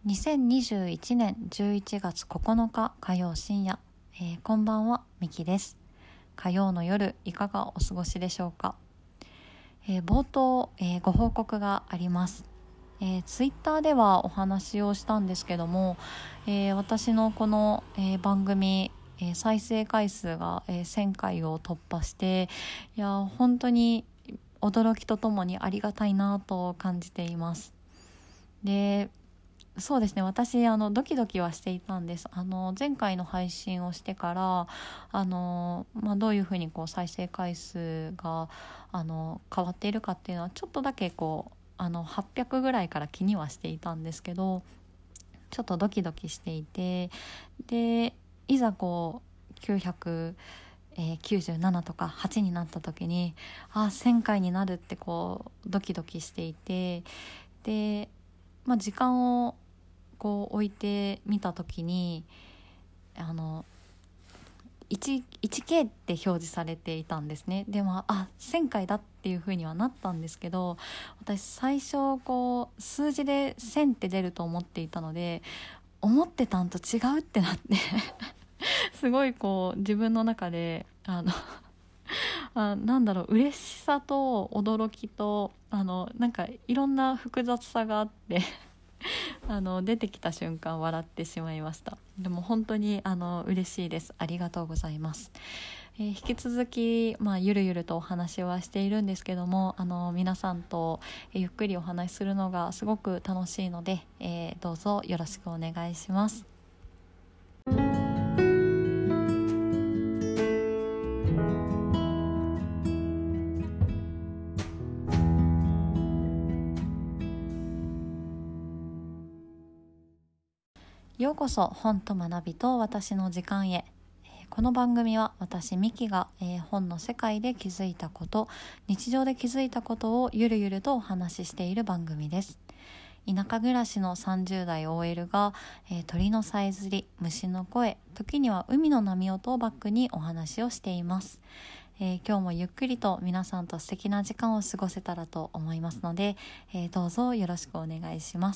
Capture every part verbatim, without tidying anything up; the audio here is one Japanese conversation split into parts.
にせんにじゅういちねんじゅういちがつここのか火曜深夜、えー、こんばんは、みきです。火曜の夜いかがお過ごしでしょうか。えー、冒頭、えー、ご報告があります。えー、ツイッターではお話をしたんですけども、えー、私のこの、えー、番組、えー、再生回数が、えー、せんかいを突破して、いや本当に驚きとともにありがたいなと感じています。でそうですね、私あのドキドキはしていたんです。あの前回の配信をしてからあの、まあ、どういうふうにこう再生回数があの変わっているかっていうのはちょっとだけこうあのはっぴゃくぐらいから気にはしていたんですけど、ちょっとドキドキしていて、でいざこうきゅうひゃくきゅうじゅうななとかはちになった時にあせんかいになるってこうドキドキしていて、で、まあ、時間をこう置いてみた時にあの いちケー って表示されていたんですね。でもあせんかいだっていう風にはなったんですけど、私最初こう数字でせんって出ると思っていたので、思ってたんと違うってなってすごいこう自分の中であのあなんだろう、嬉しさと驚きとあのなんかいろんな複雑さがあってあの出てきた瞬間笑ってしまいました。でも本当にあの嬉しいです。ありがとうございます。えー、引き続き、まあ、ゆるゆるとお話はしているんですけども、あの皆さんと、えー、ゆっくりお話しするのがすごく楽しいので、えー、どうぞよろしくお願いします。ようこそ本と学びと私の時間へ。この番組は私ミキが、えー、本の世界で気づいたこと、日常で気づいたことをゆるゆるとお話ししている番組です。田舎暮らしのさんじゅう代 オーエル が、えー、鳥のさえずり、虫の声、時には海の波音をバックにお話をしています。えー、今日もゆっくりと皆さんと素敵な時間を過ごせたらと思いますので、えー、どうぞよろしくお願いします。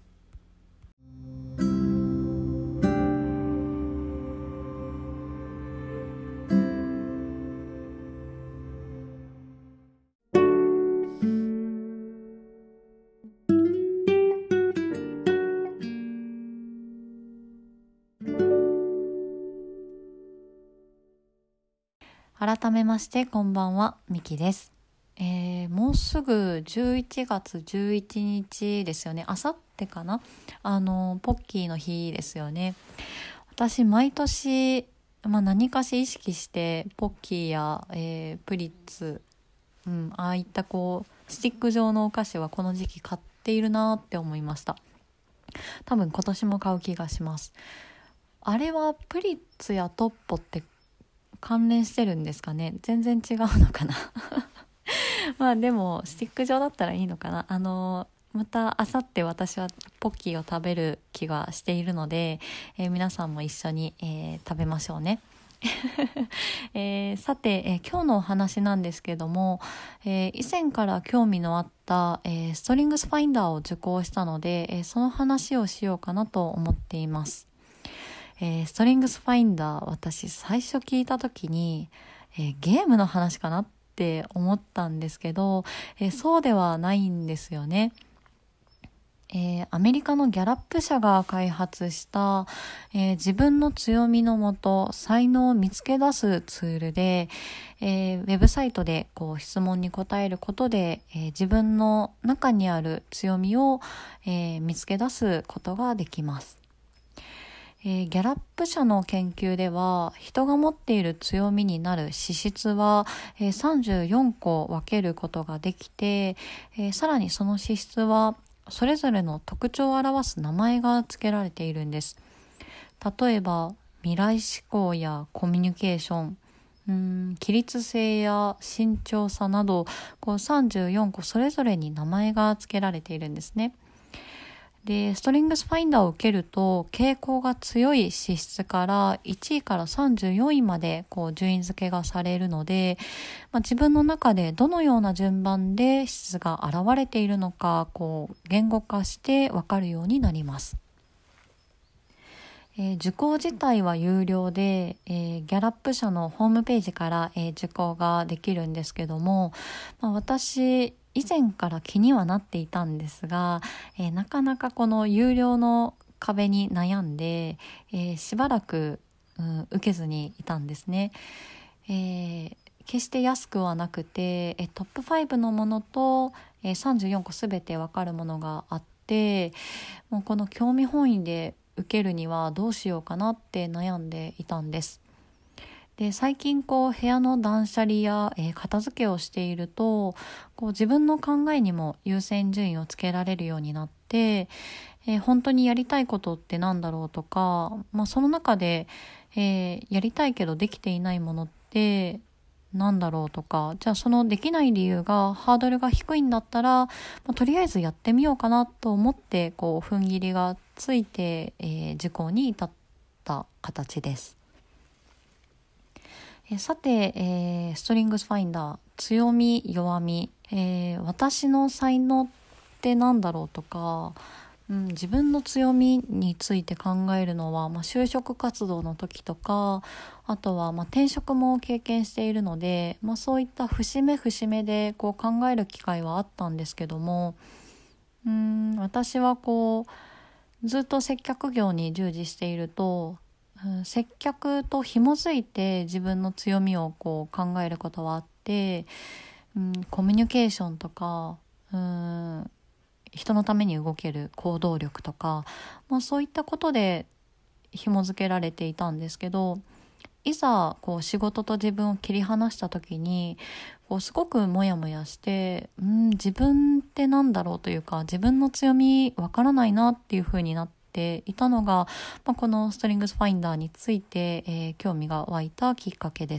改めましてこんばんは、みきです。えー、もうすぐじゅういちがつじゅういちにちですよね。あさってかな、あのポッキーの日ですよね。私毎年、まあ、何かし意識してポッキーや、えー、プリッツ、うん、ああいったこうスティック状のお菓子はこの時期買っているなって思いました。多分今年も買う気がします。あれはプリッツやトッポって関連してるんですかね。全然違うのかなまあでもスティック状だったらいいのかな。あのまたあさって私はポッキーを食べる気がしているので、えー、皆さんも一緒に、えー、食べましょうねえー、さて、えー、今日のお話なんですけども、えー、以前から興味のあった、えー、ストリングスファインダーを受講したので、えー、その話をしようかなと思っています。えー、ストリングスファインダー、私最初聞いた時に、えー、ゲームの話かなって思ったんですけど、えー、そうではないんですよね。えー、アメリカのギャラップ社が開発した、えー、自分の強みのもと才能を見つけ出すツールで、えー、ウェブサイトでこう質問に答えることで、えー、自分の中にある強みを、えー、見つけ出すことができます。えー、ギャラップ社の研究では、人が持っている強みになる資質は、えー、さんじゅうよんこ分けることができて、えー、さらにその資質はそれぞれの特徴を表す名前が付けられているんです。例えば未来志向やコミュニケーション、うーん規律性や慎重さなど、こうさんじゅうよんこそれぞれに名前が付けられているんですね。 で、ストリングスファインダーを受けると、傾向が強い資質からいちいからさんじゅうよんいまでこう順位付けがされるので、まあ、自分の中でどのような順番で資質が現れているのか、こう言語化してわかるようになります。えー受講自体は有料で、えーギャラップ社のホームページから、えー受講ができるんですけども、まあ、私以前から気にはなっていたんですが、えーなかなかこの有料の壁に悩んで、えーしばらく、うん、受けずにいたんですね。えー決して安くはなくて、えトップファイブのものと、えーさんじゅうよんこすべてわかるものがあって、もうこの興味本位で受けるにはどうしようかなって悩んでいたんです。で、最近こう部屋の断捨離や、えー片付けをしていると、こう自分の考えにも優先順位をつけられるようになって、えー本当にやりたいことってなんだろうとか、まあ、その中で、えーやりたいけどできていないものってなんだろうとか、じゃあそのできない理由がハードルが低いんだったら、まあ、とりあえずやってみようかなと思ってこう踏ん切りがついて、えー受講に至った形です。えーさて、えーストリングスファインダー、強み弱み、えー私の才能ってなんだろうとか、うん、自分の強みについて考えるのは、まあ、就職活動の時とか、あとはまあ転職も経験しているので、まあ、そういった節目節目でこう考える機会はあったんですけども、うん、私はこうずっと接客業に従事していると、うん、接客と紐づいて自分の強みをこう考えることはあって、うん、コミュニケーションとか、うん人のために動ける行動力とか、まあ、そういったことで紐付けられていたんですけど、いざこう仕事と自分を切り離した時にこうすごくモヤモヤして、うん自分ってなんだろうというか、自分の強みわからないなっていう風になっていたのが、まあ、このストリングスファインダーについて、えー興味が湧いたきっかけです。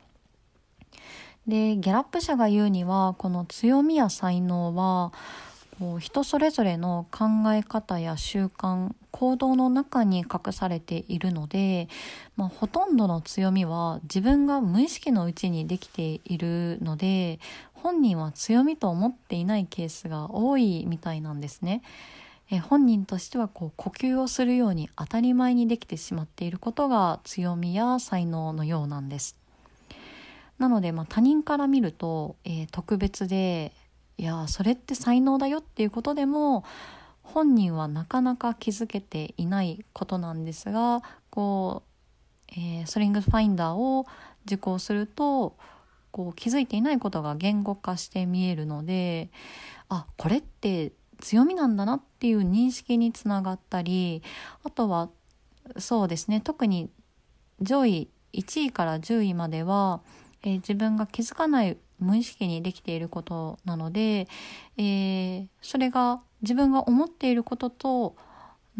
で、ギャラップ社が言うには、この強みや才能はこう人それぞれの考え方や習慣、行動の中に隠されているので、まあ、ほとんどの強みは自分が無意識のうちにできているので、本人は強みと思っていないケースが多いみたいなんですね。え本人としてはこう呼吸をするように当たり前にできてしまっていることが強みや才能のようなんです。なので、まあ、他人から見ると、えー特別で、いやそれって才能だよっていうことでも本人はなかなか気づけていないことなんですが、こう、えーストリングスファインダーを受講するとこう気づいていないことが言語化して見えるので、あこれって強みなんだなっていう認識につながったり、あとはそうですね、特に上位いちいからじゅういまでは、えー自分が気づかない無意識にできていることなので、えーそれが自分が思っていることと、うん、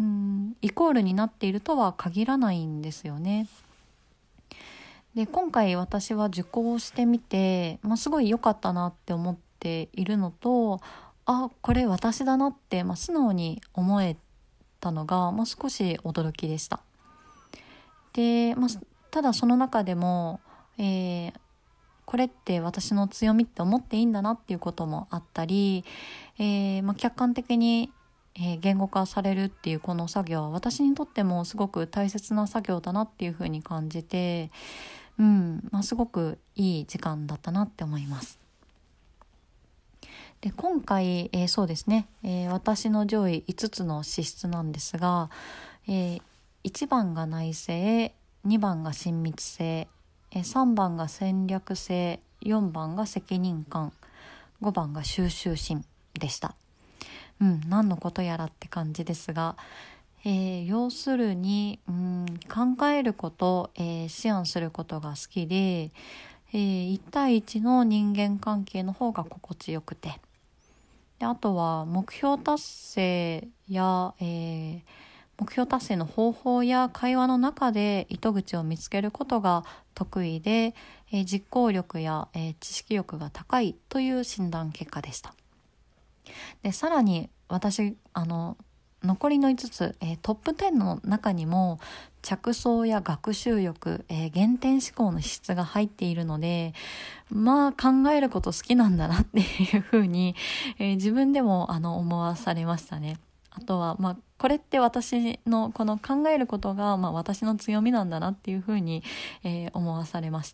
イコールになっているとは限らないんですよね。で、今回私は受講してみて、まあ、すごい良かったなって思っているのと、あこれ私だなって、まあ、素直に思えたのが、まあ、少し驚きでした。で、まあ、ただその中でも、えーこれって私の強みって思っていいんだなっていうこともあったり、えーまあ、客観的に、えー言語化されるっていうこの作業は私にとってもすごく大切な作業だなっていうふうに感じて、うんまあ、すごくいい時間だったなって思います。で、今回、えーそうですね、えー私の上位いつつの資質なんですが、えーいちばんが内省、にばんが親密性、えーさんばんが戦略性、よんばんが責任感、ごばんが収集心でした。うん、何のことやらって感じですが、えー要するに、うん、考えること、えー思案することが好きで、えーいち対いちの人間関係の方が心地よくて、であとは目標達成や、えー目標達成の方法や会話の中で糸口を見つけることが得意で、えー実行力や、えー知識力が高いという診断結果でした。で、さらに私あの残りのいつつ、えー、トップじゅうの中にも着想や学習欲、えー、原点思考の質が入っているので、まあ考えること好きなんだなっていうふうに、えー、自分でもあの思わされましたね。あとは、まあ、これって私のこの考えることが、まあ、私の強みなんだなっていうふうに、えー、思わされました。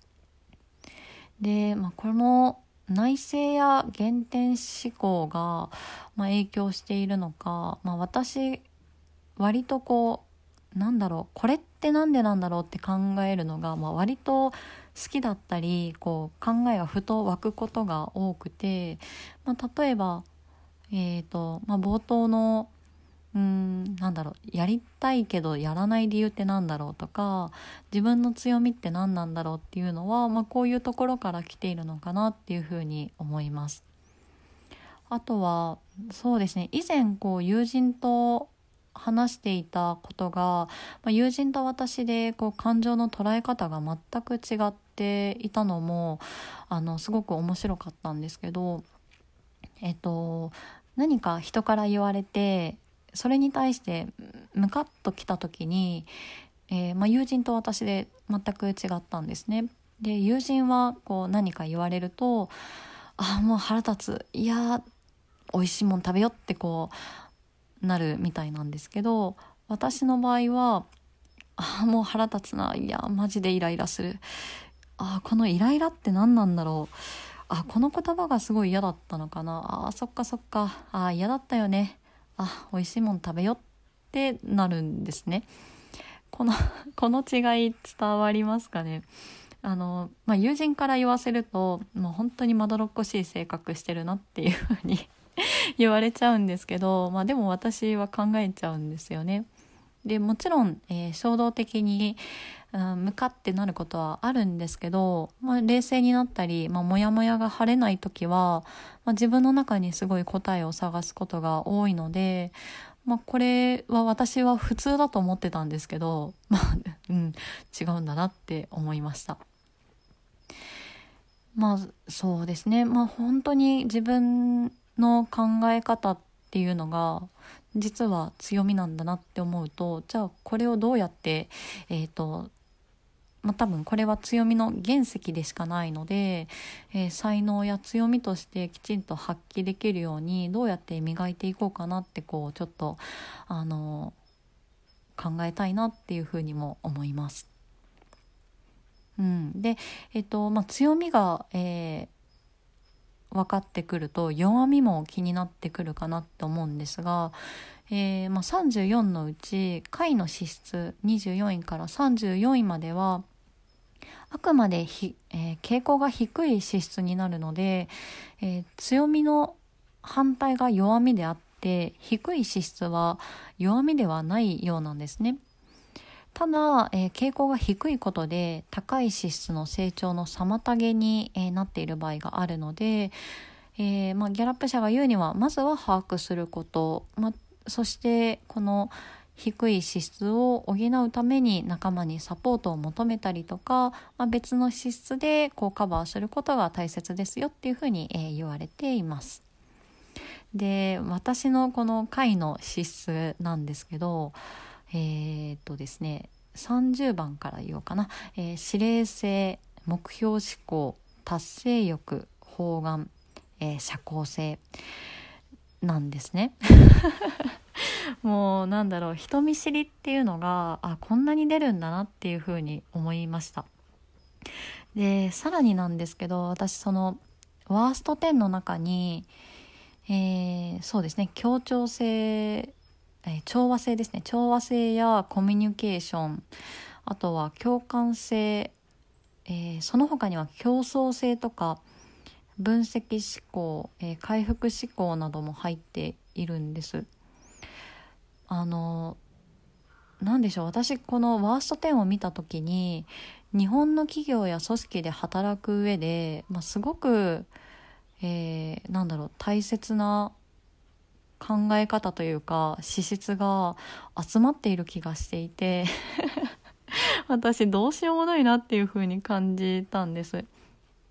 で、まあ、この内省や原点思考が、まあ、影響しているのか、まあ、私割とこうなんだろうこれってなんでなんだろうって考えるのが、まあ、割と好きだったりこう考えがふと湧くことが多くて、まあ、例えば、えーとまあ、冒頭のうーんなんだろうやりたいけどやらない理由ってなんだろうとか、自分の強みって何なんだろうっていうのは、まあ、こういうところから来ているのかなっていうふうに思います。あとはそうですね、以前こう友人と話していたことが、まあ、友人と私でこう感情の捉え方が全く違っていたのもあのすごく面白かったんですけど、えっと何か人から言われてそれに対してムカッときた時に、えーまあ、友人と私で全く違ったんですね。で友人はこう何か言われると、あもう腹立つ、いや美味しいもん食べよってこうなるみたいなんですけど、私の場合はあもう腹立つな、いやマジでイライラする、あこのイライラって何なんだろう、あこの言葉がすごい嫌だったのかな、あそっかそっか、あ嫌だったよね、あ美味しいもん食べよってなるんですね。このこの違い伝わりますかね。あの、まあ、友人から言わせるともう本当にまどろっこしい性格してるなっていうふうに言われちゃうんですけど、まあ、でも私は考えちゃうんですよね。でもちろん、えー衝動的に、うん、向かってなることはあるんですけど、まあ、冷静になったり、まあ、モヤモヤが晴れない時は、まあ、自分の中にすごい答えを探すことが多いので、まあ、これは私は普通だと思ってたんですけど、まあうん、違うんだなって思いました。まあそうですね、まあ本当に自分の考え方っていうのが実は強みなんだなって思うと、じゃあこれをどうやってえっとまあ多分これは強みの原石でしかないので、えー才能や強みとしてきちんと発揮できるようにどうやって磨いていこうかなってこうちょっとあの考えたいなっていうふうにも思います。うん、で、えっとまあ、強みが、えー分かってくると弱みも気になってくるかなって思うんですが、えーまあ、さんじゅうよんのうち下位の資質にじゅうよんいからさんじゅうよんいまではあくまでひ、えー傾向が低い資質になるので、えー強みの反対が弱みであって低い資質は弱みではないようなんですね。ただ、えー傾向が低いことで高い資質の成長の妨げに、えーなっている場合があるので、えーまあ、ギャラップ社が言うにはまずは把握すること、まあ、そしてこの低い資質を補うために仲間にサポートを求めたりとか、まあ、別の資質でこうカバーすることが大切ですよっていうふうに、えー言われています。で私のこの下の資質なんですけど、えーっとですねさんじゅうばんから言おうかな、えー、指令性、目標志向、達成欲、方眼、えー社交性なんですね。もうなんだろう、人見知りっていうのがあこんなに出るんだなっていうふうに思いました。でさらになんですけど、私そのワーストじゅうの中に、えーそうですね協調性、えー調和性ですね、調和性やコミュニケーション、あとは共感性、えーその他には競争性とか分析思考、えー回復思考なども入っているんです。あのなんでしょう、私このワーストじゅうを見た時に日本の企業や組織で働く上で、まあ、すごく、えーなんだろう大切な考え方というか資質が集まっている気がしていて私どうしようもないなっていう風に感じたんです。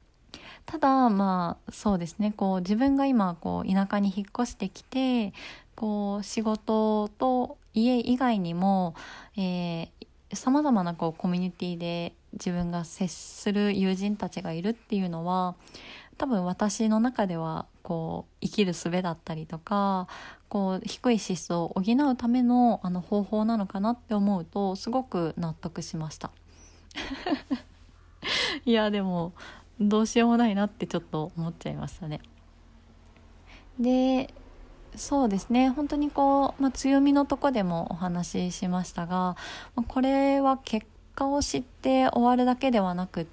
ただまあそうですね、こう自分が今こう田舎に引っ越してきてこう仕事と家以外にも、えー、様々なこうコミュニティで自分が接する友人たちがいるっていうのは、多分私の中ではこう生きる術だったりとか、こう低い脂質を補うためのあの方法なのかなって思うと、すごく納得しました。いやでもどうしようもないなってちょっと思っちゃいましたね。でそうですね、本当にこう、まあ、強みのとこでもお話ししましたが、まあ、これは結果を知って終わるだけではなくって、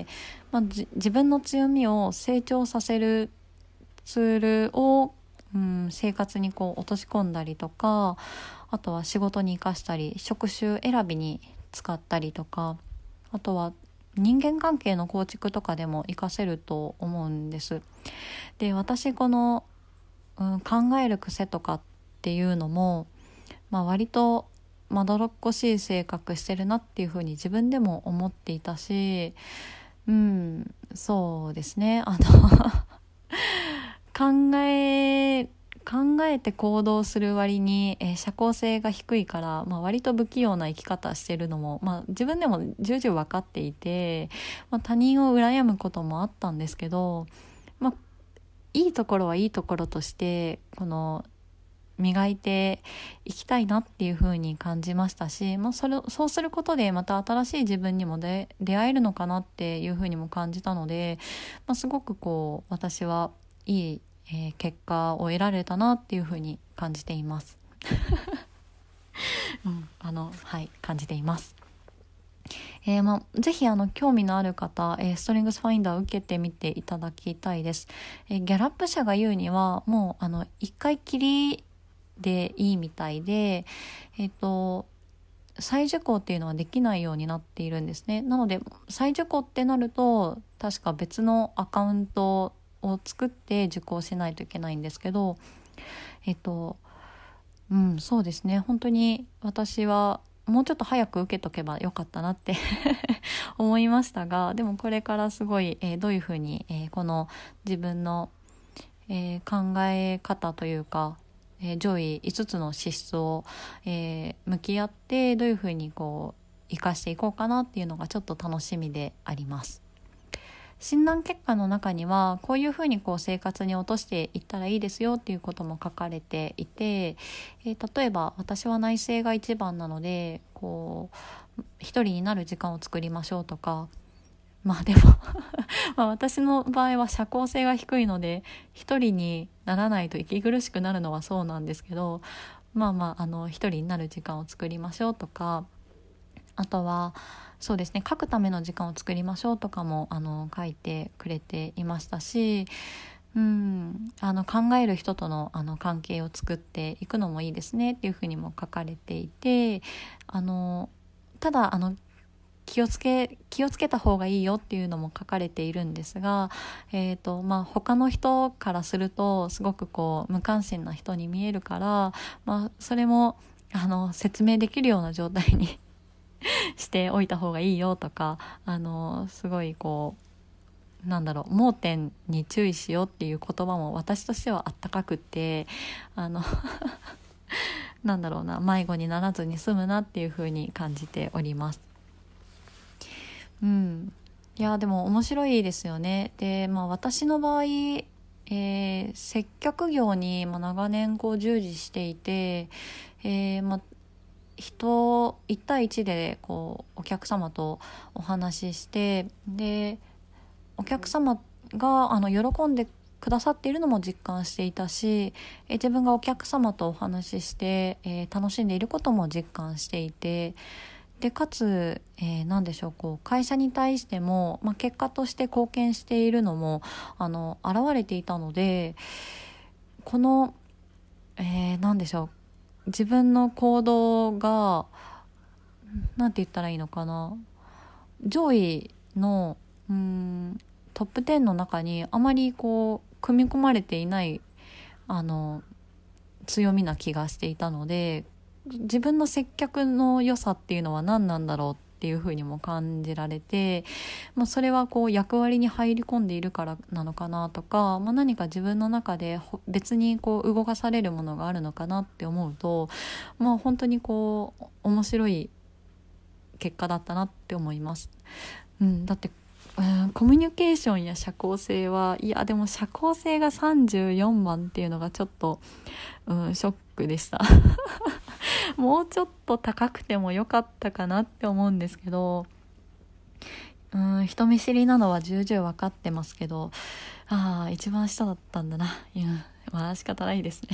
まあ、自分の強みを成長させるツールを、うん、生活にこう落とし込んだりとか、あとは仕事に生かしたり、職種選びに使ったりとか、あとは人間関係の構築とかでも活かせると思うんです。で、私このうん、考える癖とかっていうのも、まあ、割とまどろっこしい性格してるなっていうふうに自分でも思っていたし、うんそうですね、あの考え考えて行動する割に、えー社交性が低いから、まあ、割と不器用な生き方してるのも、まあ、自分でも重々分かっていて、まあ、他人を羨むこともあったんですけど、まあいいところはいいところとしてこの磨いていきたいなっていう風に感じましたし、まあ、それそうすることでまた新しい自分にもで出会えるのかなっていう風にも感じたので、まあ、すごくこう私はいい、えー結果を得られたなっていう風に感じています。うん、あのはい感じています。えーまあ、ぜひあの興味のある方、えー、ストレングスファインダーを受けてみていただきたいです。えーギャラップ社が言うにはもうあの一回きりでいいみたいで、えっと再受講っていうのはできないようになっているんですね。なので再受講ってなると確か別のアカウントを作って受講しないといけないんですけど、えっとうんそうですね、本当に私はもうちょっと早く受けとけばよかったなって思いましたが、でもこれからすごい、えーどういうふうに、えーこの自分の、えー考え方というか、えー上位いつつの資質を、えー向き合ってどういうふうにこう生かしていこうかなっていうのがちょっと楽しみであります。診断結果の中にはこういうふうにこう生活に落としていったらいいですよっていうことも書かれていて、えー例えば私は内省が一番なのでこう一人になる時間を作りましょうとか、まあでもまあ私の場合は社交性が低いので一人にならないと息苦しくなるのはそうなんですけど、まあまああの一人になる時間を作りましょうとか、あとはそうですね、書くための時間を作りましょうとかもあの書いてくれていましたし、うん、あの考える人との、あの関係を作っていくのもいいですねっていうふうにも書かれていて、あのただあの気をつけ気をつけた方がいいよっていうのも書かれているんですが、えーとまあ、他の人からするとすごくこう無関心な人に見えるから、まあ、それもあの説明できるような状態にしておいた方がいいよとか、あのすごいこうなんだろう盲点に注意しようっていう言葉も私としてはあったかくって、あのなんだろうな迷子にならずに済むなっていう風に感じております。うん、いやでも面白いですよね。で、まあ、私の場合、えー接客業にまあ長年こう従事していて、えーまあ人いち対いちでこうお客様とお話しして、でお客様があの喜んでくださっているのも実感していたし、え自分がお客様とお話しして、えー楽しんでいることも実感していて、でかつ、えー何でしょうこう会社に対しても、まあ、結果として貢献しているのもあの現れていたので、この、えー何でしょう自分の行動がなんて言ったらいいのかな、上位のうーんトップじゅうの中にあまりこう組み込まれていないあの強みな気がしていたので、自分の接客の良さっていうのは何なんだろうっっていう風にも感じられて、まあ、それはこう役割に入り込んでいるからなのかなとか、まあ、何か自分の中で別にこう動かされるものがあるのかなって思うと、まあ、本当にこう面白い結果だったなって思います。うん、だってうん、コミュニケーションや社交性はいやでも社交性がさんじゅうよんまんっていうのがちょっと、うん、ショックでしたもうちょっと高くてもよかったかなって思うんですけど、うん、人見知りなのは重々分かってますけど、ああ一番下だったんだな、うん、まあ仕方ないですね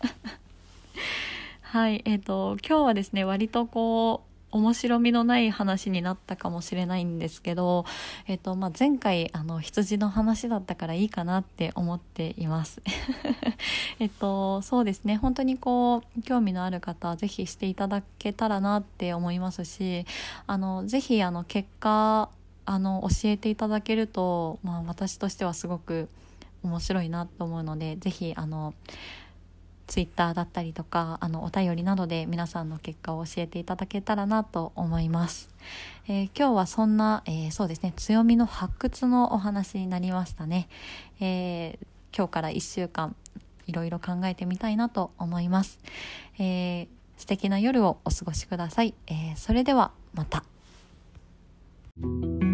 はいえーと今日はですね割とこう面白みのない話になったかもしれないんですけど、えっとまあ、前回あの羊の話だったからいいかなって思っていますえっとそうですね、本当にこう興味のある方はぜひしていただけたらなって思いますし、あのぜひあの結果あの教えていただけると、まあ、私としてはすごく面白いなと思うので、ぜひあのツイッターだったりとかあのお便りなどで皆さんの結果を教えていただけたらなと思います。えー、今日はそんな、えー、そうですね強みの発掘のお話になりましたね。えー、今日からいっしゅうかんいろいろ考えてみたいなと思います。えー、素敵な夜をお過ごしください。えー、それではまた。